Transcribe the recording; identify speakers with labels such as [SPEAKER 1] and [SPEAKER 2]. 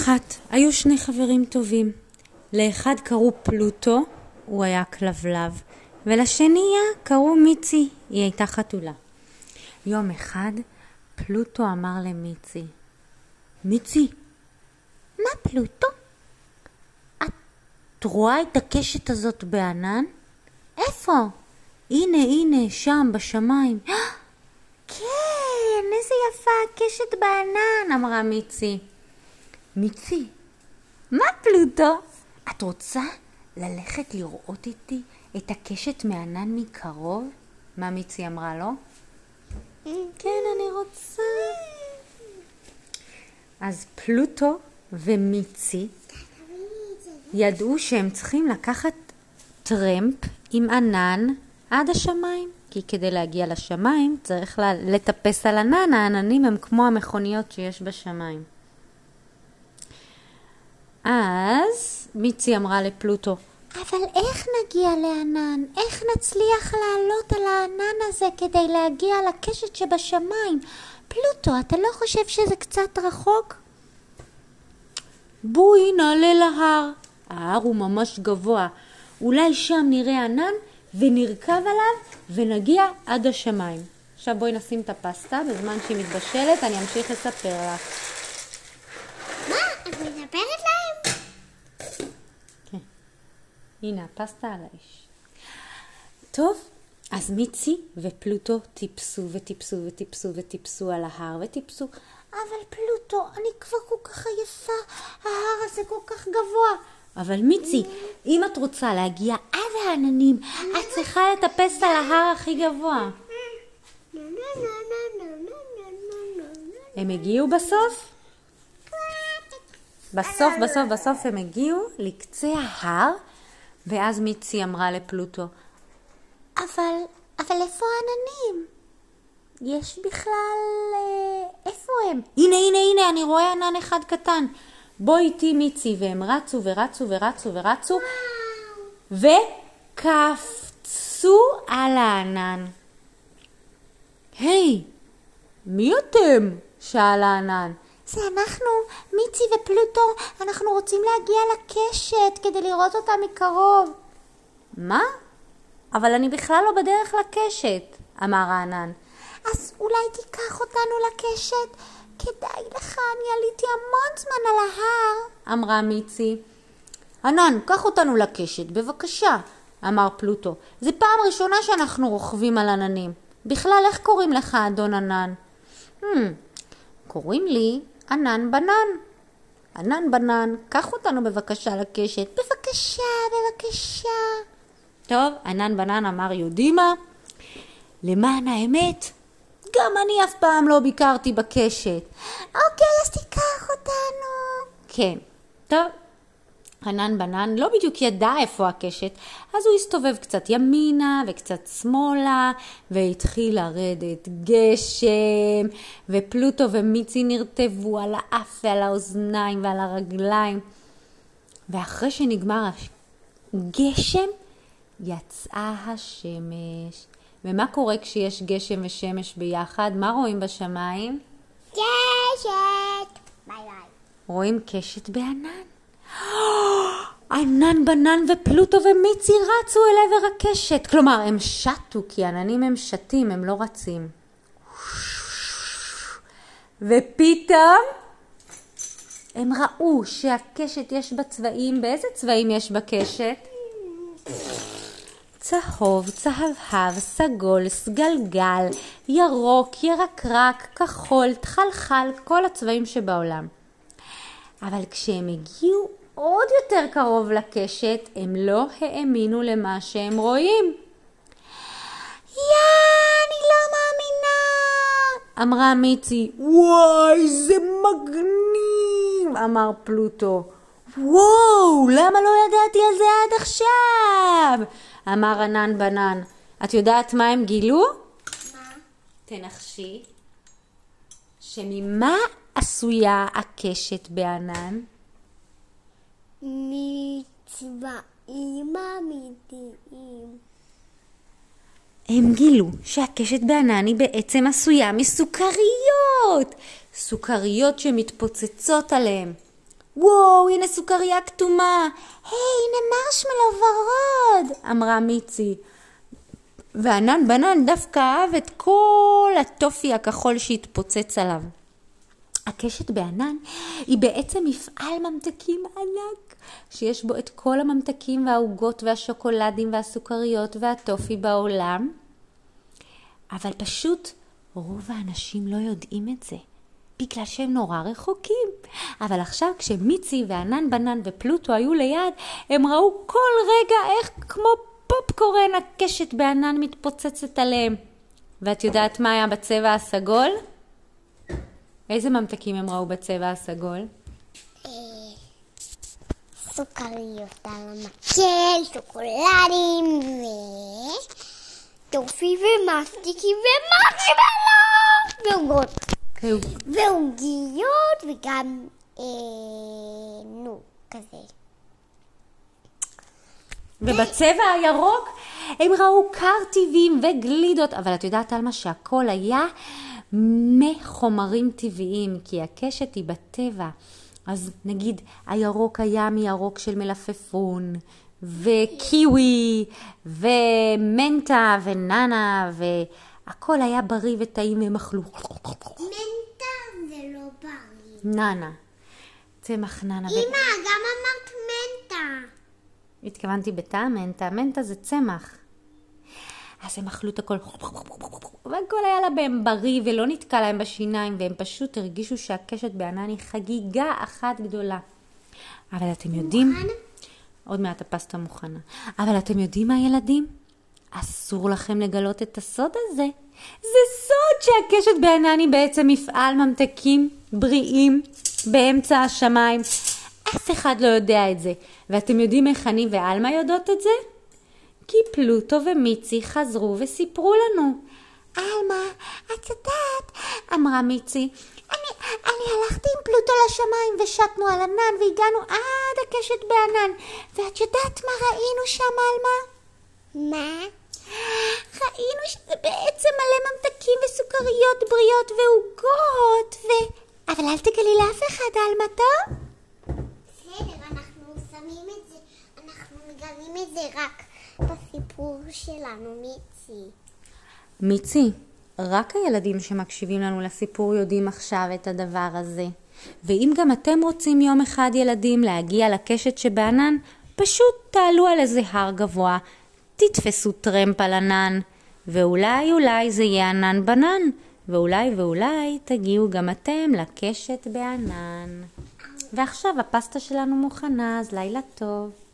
[SPEAKER 1] אחת היו שני חברים טובים. לאחד קראו פלוטו, הוא היה כלבלב, ולשנייה קראו מיצי, היא הייתה חתולה. יום אחד פלוטו אמר למיצי, מיצי, מה פלוטו? את רואה את הקשת הזאת בענן? איפה? הנה, שם בשמיים. כן, איזה יפה הקשת בענן, אמרה מיצי. מיצי, מה פלוטו? את רוצה ללכת לראות איתי את הקשת מענן מקרוב? מה מיצי אמרה לו? כן, אני רוצה. אז פלוטו ומיצי ידעו שהם צריכים לקחת טרמפ עם ענן עד השמיים. כי כדי להגיע לשמיים צריך לטפס על ענן. העננים הם כמו המכוניות שיש בשמיים. אז מיצי אמרה לפלוטו, אבל איך נגיע לענן? איך נצליח לעלות על הענן הזה כדי להגיע לקשת שבשמיים? פלוטו, אתה לא חושב שזה קצת רחוק? בואי נעלה להר. ההר הוא ממש גבוה. אולי שם נראה ענן ונרכב עליו ונגיע עד השמיים. עכשיו בואי נשים את הפסטה. בזמן שהיא מתבשלת אני אמשיך לספר לך.
[SPEAKER 2] מה? את מספרת להם?
[SPEAKER 1] כן. הנה הפסטה על האש. טוב, אז מיצי ופלוטו טיפסו על ההר וטיפסו. אבל פלוטו, אני כבר כל כך עייפה. ההר הזה כל כך גבוה. אבל מיצי, אם את רוצה להגיע עד העננים, את צריכה לטפס על ההר הכי גבוה. הם הגיעו בסוף? בסוף הם הגיעו לקצה ההר, ואז מיצי אמרה לפלוטו, אבל איפה העננים? יש בכלל... איפה הם? הנה, אני רואה ענן אחד קטן. בוא איתי מיצי, והם רצו וקפצו על הענן. היי, מי אתם? שאל הענן. זה אנחנו, מיצי ופלוטו, אנחנו רוצים להגיע לקשת כדי לראות אותה מקרוב. מה? אבל אני בכלל לא בדרך לקשת, אמר הענן. אז אולי תיקח אותנו לקשת? כדאי לך, אני עליתי המון זמן על ההר, אמרה מיצי. ענן, קח אותנו לקשת, בבקשה, אמר פלוטו. זה פעם ראשונה שאנחנו רוכבים על עננים. בכלל, איך קוראים לך, אדון ענן? קוראים לי ענן בנן. ענן בנן, קח אותנו בבקשה לקשת. בבקשה. טוב, ענן בנן אמר, יודעים מה? למען האמת, גם אני אף פעם לא ביקרתי בקשת. אוקיי, אז תיקח אותנו. כן, טוב. ענן בנן לא בדיוק ידע איפה הקשת, אז הוא הסתובב קצת ימינה וקצת שמאלה, והתחיל לרדת גשם, ופלוטו ומיצי נרטבו על האף ועל האוזניים ועל הרגליים. ואחרי שנגמר הגשם, יצאה השמש. ומה קורה כשיש גשם ושמש ביחד? מה רואים בשמיים?
[SPEAKER 2] קשת. ביי.
[SPEAKER 1] רואים קשת בענן. ענן בנן ופלוטו ומיצי רצו אל עבר הקשת. כלומר, הם שטו, כי עננים הם שטים, הם לא רצים. ופתאום הם ראו שהקשת יש בה צבעים. באיזה צבעים יש בקשת? צהוב, צהבהב, סגול, סגלגל, ירוק, ירקרק, כחול, תחלחל, כל הצבעים שבעולם. אבל כשהם הגיעו עוד יותר קרוב לקשת, הם לא האמינו למה שהם רואים. אני לא מאמינה, אמרה מיצי. וואי, זה מגניב, אמר פלוטו. וואו, למה לא ידעתי על זה עד עכשיו? אמר ענן בנן. את יודעת מה הם גילו?
[SPEAKER 2] מה?
[SPEAKER 1] תנחשי. שממה עשויה הקשת בענן?
[SPEAKER 2] מצבעים אמיתיים.
[SPEAKER 1] הם גילו שהקשת בענן היא בעצם עשויה מסוכריות. סוכריות שמתפוצצות עליהם. וואו, הנה סוכריה כתומה. הנה מרשמלו ורוד, אמרה מיצי. וענן בנן דווקא אהב את כל הטופי הכחול שהתפוצץ עליו. הקשת בענן היא בעצם מפעל ממתקים ענק, שיש בו את כל הממתקים והעוגות והשוקולדים והסוכריות והטופי בעולם. אבל פשוט רוב האנשים לא יודעים את זה, בגלל שהם נורא רחוקים. אבל עכשיו כשמיצי וענן בנן ופלוטו היו ליד, הם ראו כל רגע איך כמו פופקורן הקשת בענן מתפוצצת עליהם. ואת יודעת מה היה בצבע הסגול? איזה ממתקים הם ראו בצבע הסגול?
[SPEAKER 2] סוכריות על המקל, שוקולדים טופי ומסטיקים ומרשמלו ועוגיות וגם כזה.
[SPEAKER 1] ובצבע הירוק הם ראו קרטיבים וגלידות, אבל את יודעת על מה שהכל היה מחומרים טבעיים, כי הקשת היא בטבע. אז נגיד הירוק היה מירוק של מלפפון וקיווי ומנטה וננה, והכל היה בריא וטעים, הם אכלו.
[SPEAKER 2] מנטה זה לא בריא.
[SPEAKER 1] ננה, צמח ננה.
[SPEAKER 2] אמא, גם אמרת מנטה.
[SPEAKER 1] התכוונתי בטעם מנטה, מנטה זה צמח. אז הם אכלו את הכל, והכל היה לה בהם בריא ולא נתקע להם בשיניים, והם פשוט הרגישו שהקשת בענן היא חגיגה אחת גדולה. אבל אתם יודעים, עוד מעט הפסטה מוכנה, אבל אתם יודעים מה ילדים? אסור לכם לגלות את הסוד הזה. זה סוד שהקשת בענן היא בעצם מפעל ממתקים בריאים באמצע השמיים. אף אחד לא יודע את זה. ואתם יודעים איך אני ואלמה יודעות את זה? כי פלוטו ומיצי חזרו וסיפרו לנו. אלמה, את יודעת, אמרה מיצי, אני הלכתי עם פלוטו לשמיים ושטנו על ענן והגענו עד הקשת בענן. ואת יודעת מה ראינו שם, אלמה?
[SPEAKER 2] מה?
[SPEAKER 1] ראינו שזה בעצם מלא ממתקים וסוכריות בריאות ועוגות אבל אל תגלי לאף אחד, אלמה, טוב?
[SPEAKER 2] בסדר, אנחנו שמים את זה, אנחנו מגלים את זה רק בסיפור שלנו, מיצי.
[SPEAKER 1] מיצי, רק הילדים שמקשיבים לנו לסיפור יודעים עכשיו את הדבר הזה. ואם גם אתם רוצים יום אחד ילדים להגיע לקשת שבענן, פשוט תעלו על איזה הר גבוה, תתפסו טרמפ על ענן, ואולי זה יהיה ענן בנן, ואולי תגיעו גם אתם לקשת בענן. ועכשיו הפסטה שלנו מוכנה, אז לילה טוב.